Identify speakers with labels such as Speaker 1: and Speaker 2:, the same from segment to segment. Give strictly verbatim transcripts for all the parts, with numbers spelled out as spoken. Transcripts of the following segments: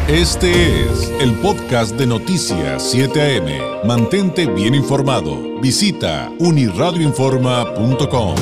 Speaker 1: Este es el podcast de Noticias siete A M. Mantente bien informado. Visita uniradioinforma punto com.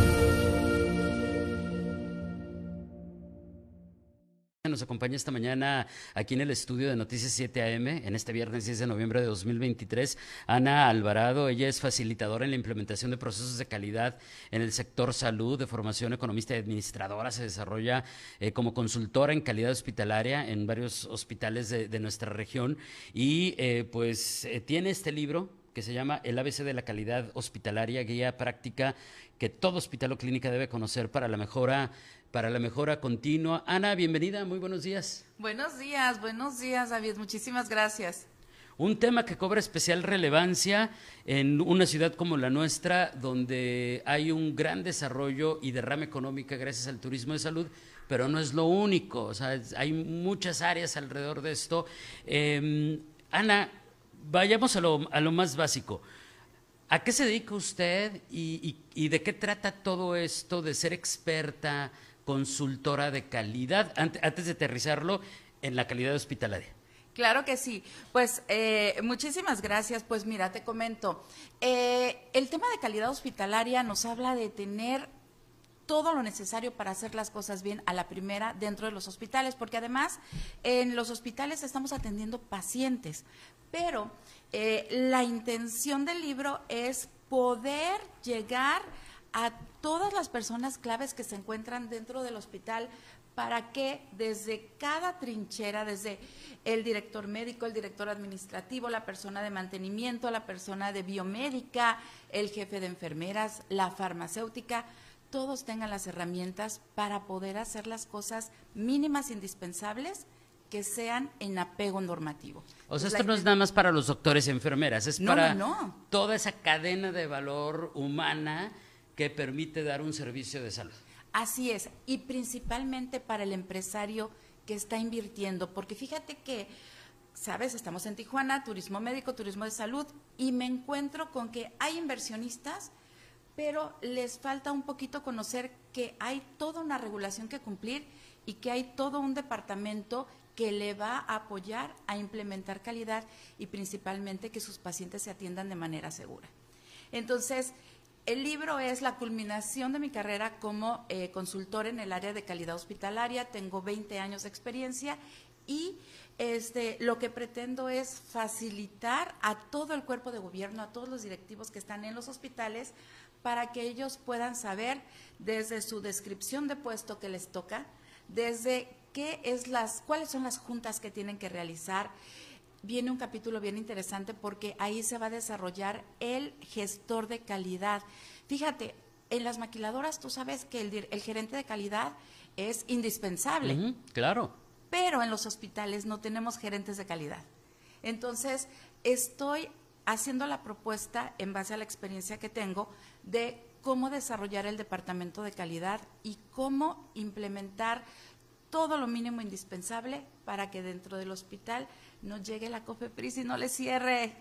Speaker 2: Nos acompaña esta mañana aquí en el estudio de Noticias siete A M, en este viernes diez de noviembre de dos mil veintitrés, Ana Alvarado. Ella es facilitadora en la implementación de procesos de calidad en el sector salud, de formación, economista y administradora. Se desarrolla eh, como consultora en calidad hospitalaria en varios hospitales de, de nuestra región y eh, pues eh, tiene este libro que se llama El A B C de la calidad hospitalaria, guía práctica que todo hospital o clínica debe conocer para la mejora para la mejora continua. Ana, bienvenida, muy buenos días.
Speaker 3: Buenos días, buenos días, David, muchísimas gracias.
Speaker 2: Un tema que cobra especial relevancia en una ciudad como la nuestra, donde hay un gran desarrollo y derrama económica gracias al turismo de salud, pero no es lo único, o sea, hay muchas áreas alrededor de esto. Eh, Ana, vayamos a lo, a lo más básico. ¿A qué se dedica usted y, y, y de qué trata todo esto de ser experta, consultora de calidad, antes de aterrizarlo en la calidad hospitalaria?
Speaker 3: Claro que sí. Pues eh, muchísimas gracias. Pues mira, te comento, eh, el tema de calidad hospitalaria nos habla de tener todo lo necesario para hacer las cosas bien a la primera dentro de los hospitales, porque además en los hospitales estamos atendiendo pacientes, pero eh, la intención del libro es poder llegar a todas las personas claves que se encuentran dentro del hospital para que desde cada trinchera, desde el director médico, el director administrativo, la persona de mantenimiento, la persona de biomédica, el jefe de enfermeras, la farmacéutica, todos tengan las herramientas para poder hacer las cosas mínimas indispensables que sean en apego normativo.
Speaker 2: O sea, esto no es nada más para los doctores y enfermeras, es
Speaker 3: no,
Speaker 2: para
Speaker 3: no, no.
Speaker 2: toda esa cadena de valor humana que permite dar un servicio de salud.
Speaker 3: Así es, y principalmente para el empresario que está invirtiendo, porque fíjate que, sabes, estamos en Tijuana, turismo médico, turismo de salud, y me encuentro con que hay inversionistas, pero les falta un poquito conocer que hay toda una regulación que cumplir y que hay todo un departamento que le va a apoyar a implementar calidad y principalmente que sus pacientes se atiendan de manera segura. Entonces, el libro es la culminación de mi carrera como eh, consultora en el área de calidad hospitalaria. Tengo veinte años de experiencia y este, lo que pretendo es facilitar a todo el cuerpo de gobierno, a todos los directivos que están en los hospitales, para que ellos puedan saber desde su descripción de puesto que les toca, desde qué es las, cuáles son las juntas que tienen que realizar. Viene un capítulo bien interesante porque ahí se va a desarrollar el gestor de calidad. Fíjate, en las maquiladoras tú sabes que el, el gerente de calidad es indispensable.
Speaker 2: Uh-huh, claro.
Speaker 3: Pero en los hospitales no tenemos gerentes de calidad. Entonces, estoy haciendo la propuesta en base a la experiencia que tengo de cómo desarrollar el departamento de calidad y cómo implementar todo lo mínimo indispensable para que dentro del hospital no llegue la COFEPRIS y no le cierre.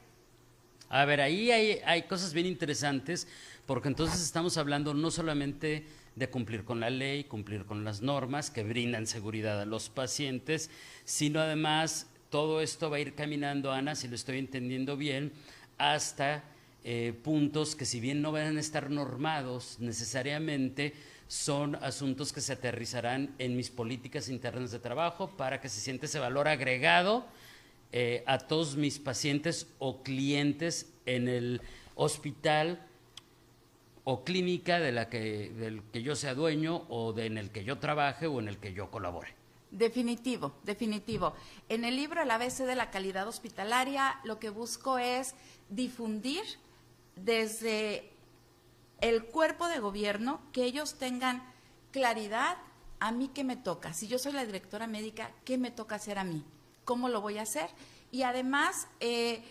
Speaker 2: A ver, ahí hay, hay cosas bien interesantes, porque entonces estamos hablando no solamente de cumplir con la ley, cumplir con las normas que brindan seguridad a los pacientes, sino además todo esto va a ir caminando, Ana, si lo estoy entendiendo bien, hasta eh, puntos que si bien no van a estar normados necesariamente, son asuntos que se aterrizarán en mis políticas internas de trabajo para que se siente ese valor agregado eh, a todos mis pacientes o clientes en el hospital o clínica de la que, del que yo sea dueño o de, en el que yo trabaje o en el que yo colabore.
Speaker 3: Definitivo, definitivo. En el libro El A B C de la calidad hospitalaria lo que busco es difundir desde el cuerpo de gobierno, que ellos tengan claridad, a mí qué me toca. Si yo soy la directora médica, ¿qué me toca hacer a mí? ¿Cómo lo voy a hacer? Y además, eh,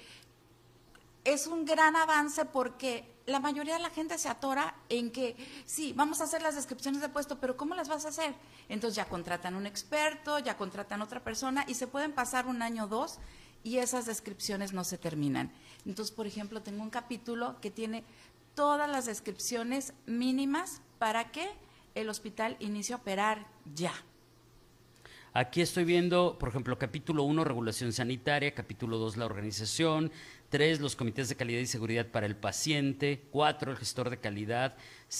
Speaker 3: es un gran avance porque la mayoría de la gente se atora en que, sí, vamos a hacer las descripciones de puesto, pero ¿cómo las vas a hacer? Entonces ya contratan un experto, ya contratan otra persona y se pueden pasar un año o dos y esas descripciones no se terminan. Entonces, por ejemplo, tengo un capítulo que tiene todas las descripciones mínimas para que el hospital inicie a operar ya.
Speaker 2: Aquí estoy viendo, por ejemplo, capítulo uno, regulación sanitaria, capítulo dos, la organización, tres, los comités de calidad y seguridad para el paciente, cuatro, el gestor de calidad,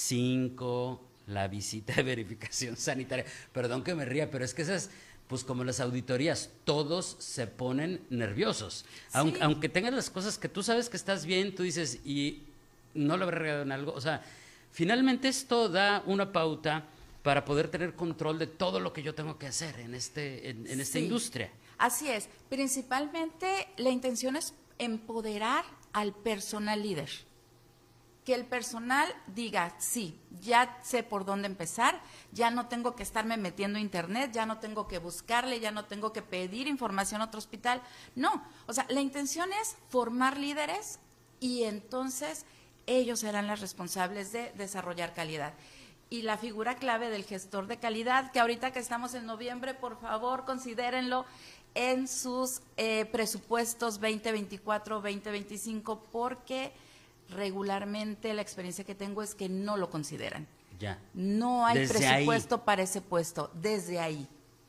Speaker 2: cinco, la visita de verificación sanitaria. Perdón que me ría, pero es que esas, pues como las auditorías, todos se ponen nerviosos. Sí. Aunque, aunque tengas las cosas que tú sabes que estás bien, tú dices, y no lo habré regado en algo. O sea, finalmente esto da una pauta para poder tener control de todo lo que yo tengo que hacer en, este, en, en esta
Speaker 3: sí,
Speaker 2: industria.
Speaker 3: Así es. Principalmente la intención es empoderar al personal líder. Que el personal diga, sí, ya sé por dónde empezar, ya no tengo que estarme metiendo a internet, ya no tengo que buscarle, ya no tengo que pedir información a otro hospital. No, o sea, la intención es formar líderes y entonces ellos serán los responsables de desarrollar calidad. Y la figura clave del gestor de calidad, que ahorita que estamos en noviembre, por favor, considérenlo en sus eh, presupuestos veinte veinticuatro, veinte veinticinco, porque regularmente la experiencia que tengo es que no lo consideran.
Speaker 2: Ya.
Speaker 3: No hay
Speaker 2: Desde
Speaker 3: presupuesto
Speaker 2: ahí.
Speaker 3: para ese puesto, desde ahí.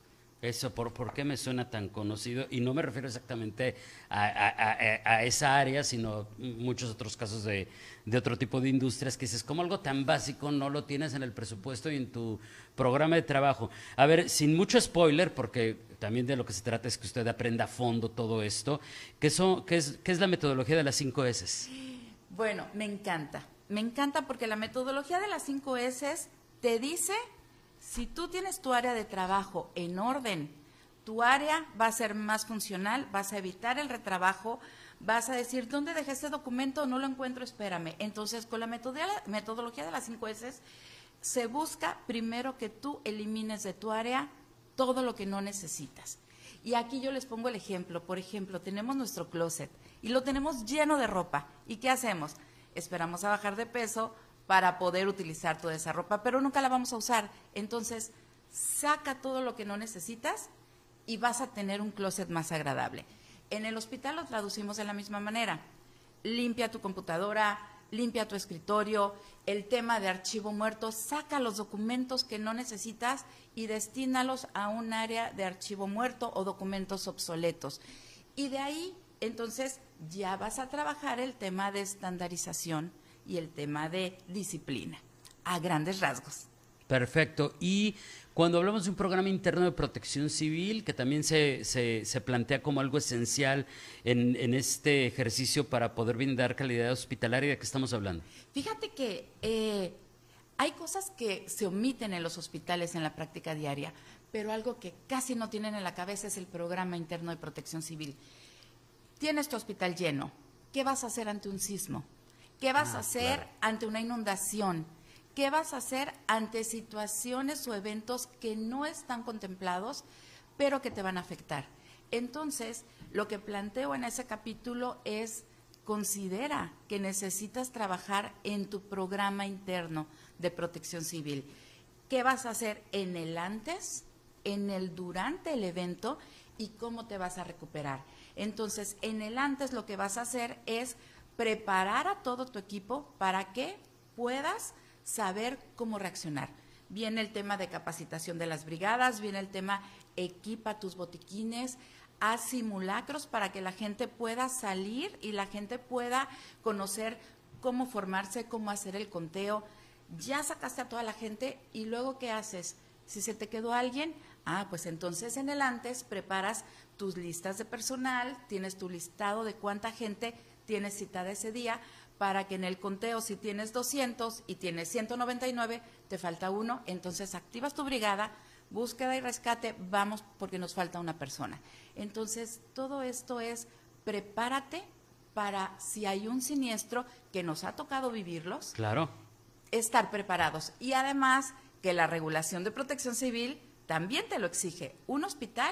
Speaker 2: Eso, ¿por, ¿por qué me suena tan conocido? Y no me refiero exactamente a, a, a, a esa área, sino muchos otros casos de, de otro tipo de industrias que dices, como algo tan básico no lo tienes en el presupuesto y en tu programa de trabajo. A ver, sin mucho spoiler, porque también de lo que se trata es que usted aprenda a fondo todo esto, ¿qué, son, qué, es, qué es la metodología de las cinco S?
Speaker 3: Bueno, me encanta, me encanta porque la metodología de las cinco S te dice, si tú tienes tu área de trabajo en orden, tu área va a ser más funcional, vas a evitar el retrabajo, vas a decir, ¿dónde dejé este documento? No lo encuentro, espérame. Entonces, con la metodología de las cinco S, se busca primero que tú elimines de tu área todo lo que no necesitas. Y aquí yo les pongo el ejemplo. Por ejemplo, tenemos nuestro closet y lo tenemos lleno de ropa. ¿Y qué hacemos? Esperamos a bajar de peso para poder utilizar toda esa ropa, pero nunca la vamos a usar. Entonces, saca todo lo que no necesitas y vas a tener un closet más agradable. En el hospital lo traducimos de la misma manera. Limpia tu computadora, limpia tu escritorio, el tema de archivo muerto, saca los documentos que no necesitas y destínalos a un área de archivo muerto o documentos obsoletos. Y de ahí, entonces, ya vas a trabajar el tema de estandarización y el tema de disciplina, a grandes rasgos.
Speaker 2: Perfecto. Y cuando hablamos de un programa interno de protección civil, que también se, se, se plantea como algo esencial en, en este ejercicio para poder brindar calidad hospitalaria, ¿de qué estamos hablando?
Speaker 3: Fíjate que eh, hay cosas que se omiten en los hospitales en la práctica diaria, pero algo que casi no tienen en la cabeza es el programa interno de protección civil. Tienes tu hospital lleno, ¿qué vas a hacer ante un sismo? ¿Qué vas ah, a hacer claro. ante una inundación? ¿Qué vas a hacer ante situaciones o eventos que no están contemplados, pero que te van a afectar? Entonces, lo que planteo en ese capítulo es, considera que necesitas trabajar en tu programa interno de protección civil. ¿Qué vas a hacer en el antes, en el durante el evento y cómo te vas a recuperar? Entonces, en el antes lo que vas a hacer es preparar a todo tu equipo para que puedas saber cómo reaccionar. Viene el tema de capacitación de las brigadas, viene el tema equipa tus botiquines, haz simulacros para que la gente pueda salir y la gente pueda conocer cómo formarse, cómo hacer el conteo. Ya sacaste a toda la gente y luego ¿qué haces? Si se te quedó alguien, ah, pues entonces en el antes preparas tus listas de personal, tienes tu listado de cuánta gente tienes citada ese día, para que en el conteo, si tienes doscientos y tienes ciento noventa y nueve, te falta uno, entonces activas tu brigada, búsqueda y rescate, vamos porque nos falta una persona. Entonces, todo esto es, prepárate para si hay un siniestro, que nos ha tocado vivirlos,
Speaker 2: claro,
Speaker 3: estar preparados. Y además, que la regulación de protección civil también te lo exige. Un hospital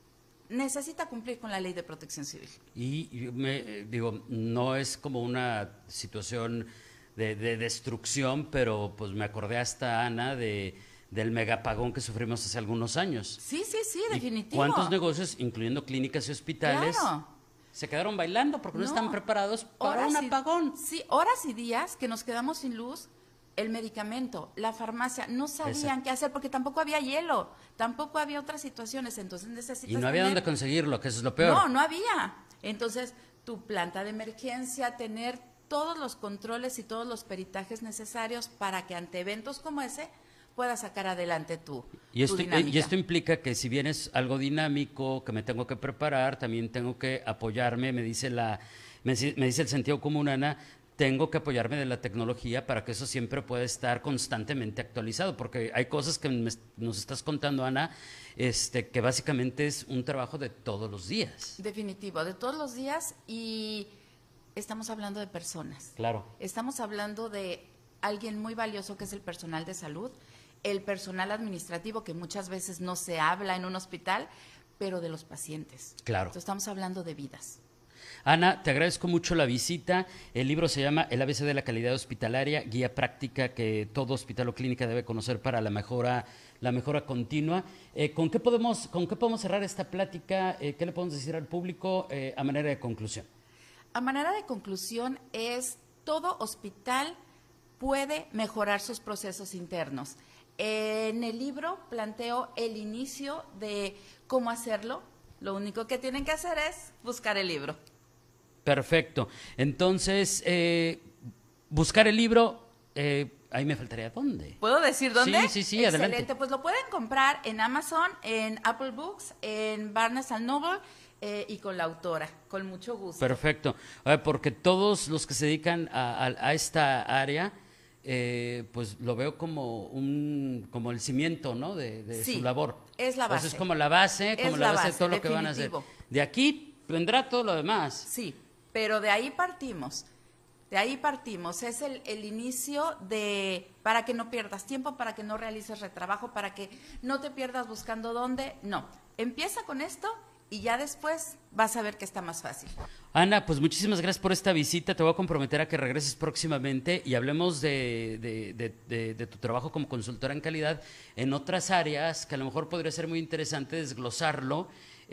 Speaker 3: necesita cumplir con la ley de protección civil.
Speaker 2: Y me, digo, no es como una situación de, de destrucción, pero pues me acordé hasta, Ana, de, del megapagón que sufrimos hace algunos años.
Speaker 3: Sí, sí, sí, definitivo.
Speaker 2: ¿Cuántos negocios, incluyendo clínicas y hospitales,
Speaker 3: claro,
Speaker 2: se quedaron bailando porque no, no están preparados para un apagón?
Speaker 3: Y, sí, horas y días que nos quedamos sin luz el medicamento, la farmacia, no sabían
Speaker 2: Exacto.
Speaker 3: qué hacer porque tampoco había hielo, tampoco había otras situaciones, entonces necesitas
Speaker 2: Y no había
Speaker 3: tener-
Speaker 2: dónde conseguirlo, que eso es lo peor.
Speaker 3: No, no había. Entonces, tu planta de emergencia, tener todos los controles y todos los peritajes necesarios para que ante eventos como ese puedas sacar adelante tu,
Speaker 2: Y
Speaker 3: tu
Speaker 2: esto,
Speaker 3: dinámica.
Speaker 2: y esto implica que si bien es algo dinámico, que me tengo que preparar, también tengo que apoyarme, me dice la, me, dice- me dice el sentido común, Ana, tengo que apoyarme de la tecnología para que eso siempre pueda estar constantemente actualizado, porque hay cosas que me- nos estás contando, Ana, este, que básicamente es un trabajo de todos los días.
Speaker 3: Definitivo, de todos los días, y estamos hablando de personas.
Speaker 2: Claro.
Speaker 3: Estamos hablando de alguien muy valioso que es el personal de salud, el personal administrativo que muchas veces no se habla en un hospital, pero de los pacientes.
Speaker 2: Claro.
Speaker 3: Entonces, estamos hablando de vidas.
Speaker 2: Ana, te agradezco mucho la visita. El libro se llama El A B C de la calidad hospitalaria, guía práctica que todo hospital o clínica debe conocer para la mejora, la mejora continua. Eh, ¿con qué podemos, con qué podemos cerrar esta plática? Eh, ¿Qué le podemos decir al público eh, a manera de conclusión?
Speaker 3: A manera de conclusión es, todo hospital puede mejorar sus procesos internos. En el libro planteo el inicio de cómo hacerlo. Lo único que tienen que hacer es buscar el libro.
Speaker 2: Perfecto. Entonces, eh, buscar el libro, eh, ahí me faltaría dónde.
Speaker 3: ¿Puedo decir dónde?
Speaker 2: Sí, sí, sí,
Speaker 3: Excelente.
Speaker 2: adelante.
Speaker 3: Pues lo pueden comprar en Amazon, en Apple Books, en Barnes and Noble eh, y con la autora, con mucho gusto.
Speaker 2: Perfecto. A ver, porque todos los que se dedican a, a- a esta área, eh, pues lo veo como un como el cimiento, ¿no? De, de
Speaker 3: Sí,
Speaker 2: su labor.
Speaker 3: es la
Speaker 2: O sea,
Speaker 3: base.
Speaker 2: es como la base, como
Speaker 3: Es
Speaker 2: la
Speaker 3: la
Speaker 2: base de
Speaker 3: base,
Speaker 2: todo lo que van a hacer.
Speaker 3: definitivo.
Speaker 2: De aquí vendrá todo lo demás.
Speaker 3: Sí, pero de ahí partimos. De ahí partimos. Es el, el inicio de, para que no pierdas tiempo, para que no realices retrabajo, para que no te pierdas buscando dónde. No, empieza con esto y ya después vas a ver que está más fácil.
Speaker 2: Ana, pues muchísimas gracias por esta visita. Te voy a comprometer a que regreses próximamente y hablemos de, de- de- de- de tu trabajo como consultora en calidad en otras áreas, que a lo mejor podría ser muy interesante desglosarlo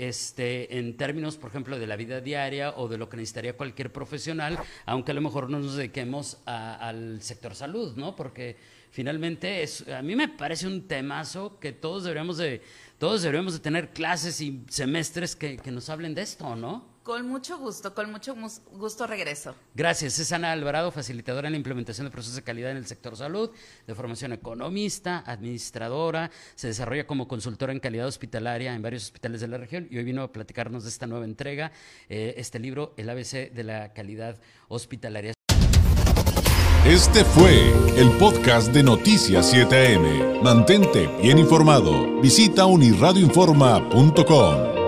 Speaker 2: este, en términos, por ejemplo, de la vida diaria o de lo que necesitaría cualquier profesional, aunque a lo mejor no nos dediquemos a- al sector salud, ¿no? Porque finalmente es, a mí me parece un temazo que todos deberíamos de, todos deberíamos de tener clases y semestres que, que nos hablen de esto, ¿no?
Speaker 3: Con mucho gusto, con mucho mus- gusto regreso.
Speaker 2: Gracias. Es Ana Alvarado, facilitadora en la implementación de procesos de calidad en el sector salud, de formación economista, administradora, se desarrolla como consultora en calidad hospitalaria en varios hospitales de la región y hoy vino a platicarnos de esta nueva entrega, eh, este libro, El A B C de la calidad hospitalaria.
Speaker 1: Este fue el podcast de Noticias siete A M. Mantente bien informado. Visita unirradioinforma punto com.